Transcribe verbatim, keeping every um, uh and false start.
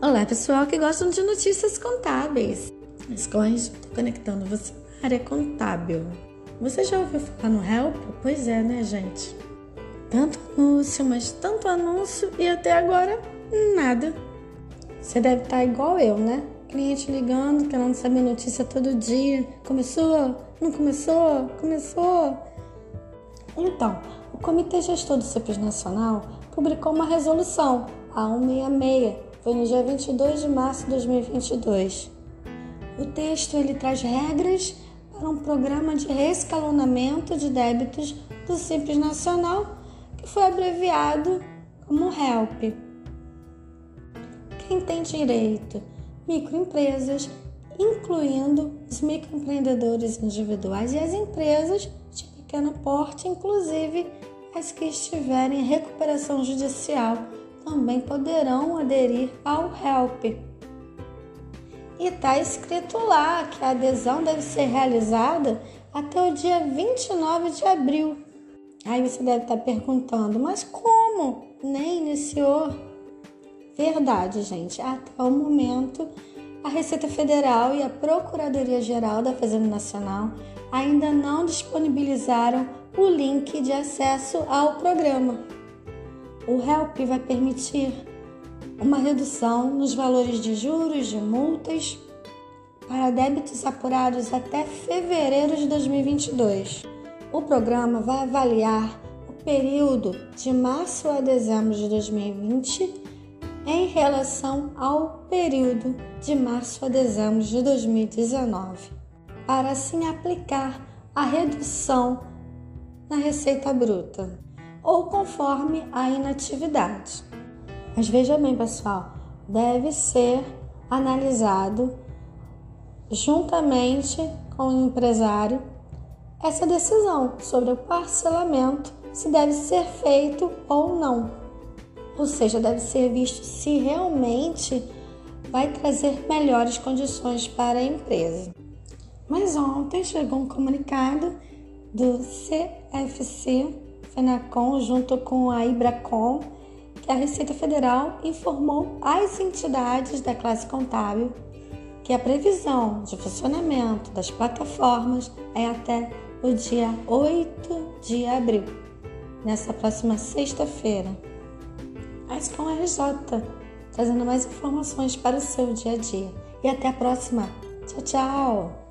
Olá, pessoal que gostam de notícias contábeis. Mas corrija, estou conectando você à área contábil. Você já ouviu falar no Help? Pois é, né, gente? Tanto anúncio, mas tanto anúncio e até agora nada. Você deve estar igual eu, né? Cliente ligando, querendo saber notícia todo dia. Começou? Não começou? Começou? Então, o Comitê Gestor do Simples Nacional publicou uma resolução, a cento e sessenta e seis, foi no dia vinte e dois de março de dois mil e vinte e dois. O texto ele traz regras para um programa de reescalonamento de débitos do Simples Nacional, que foi abreviado como HELP. Quem tem direito? Microempresas, incluindo os microempreendedores individuais e as empresas de pequeno porte, inclusive as que estiverem em recuperação judicial, também poderão aderir ao HELP. E está escrito lá que a adesão deve ser realizada até o dia vinte e nove de abril. Aí você deve estar perguntando, mas como? Nem iniciou? Verdade, gente. Até o momento, a Receita Federal e a Procuradoria-Geral da Fazenda Nacional ainda não disponibilizaram o link de acesso ao programa. O HELP vai permitir uma redução nos valores de juros de multas para débitos apurados até fevereiro de dois mil e vinte e dois. O programa vai avaliar o período de março a dezembro de dois mil e vinte em relação ao período de março a dezembro de dois mil e dezenove, para assim aplicar a redução na receita bruta, ou conforme a inatividade. Mas veja bem, pessoal, deve ser analisado juntamente com o empresário essa decisão sobre o parcelamento, se deve ser feito ou não. Ou seja, deve ser visto se realmente vai trazer melhores condições para a empresa. Mas ontem chegou um comunicado do C F C FENACON junto com a IBRACON, que a Receita Federal informou às entidades da classe contábil que a previsão de funcionamento das plataformas é até o dia oito de abril, nessa próxima sexta-feira. A Escom R J, trazendo mais informações para o seu dia a dia. E até a próxima. Tchau, tchau!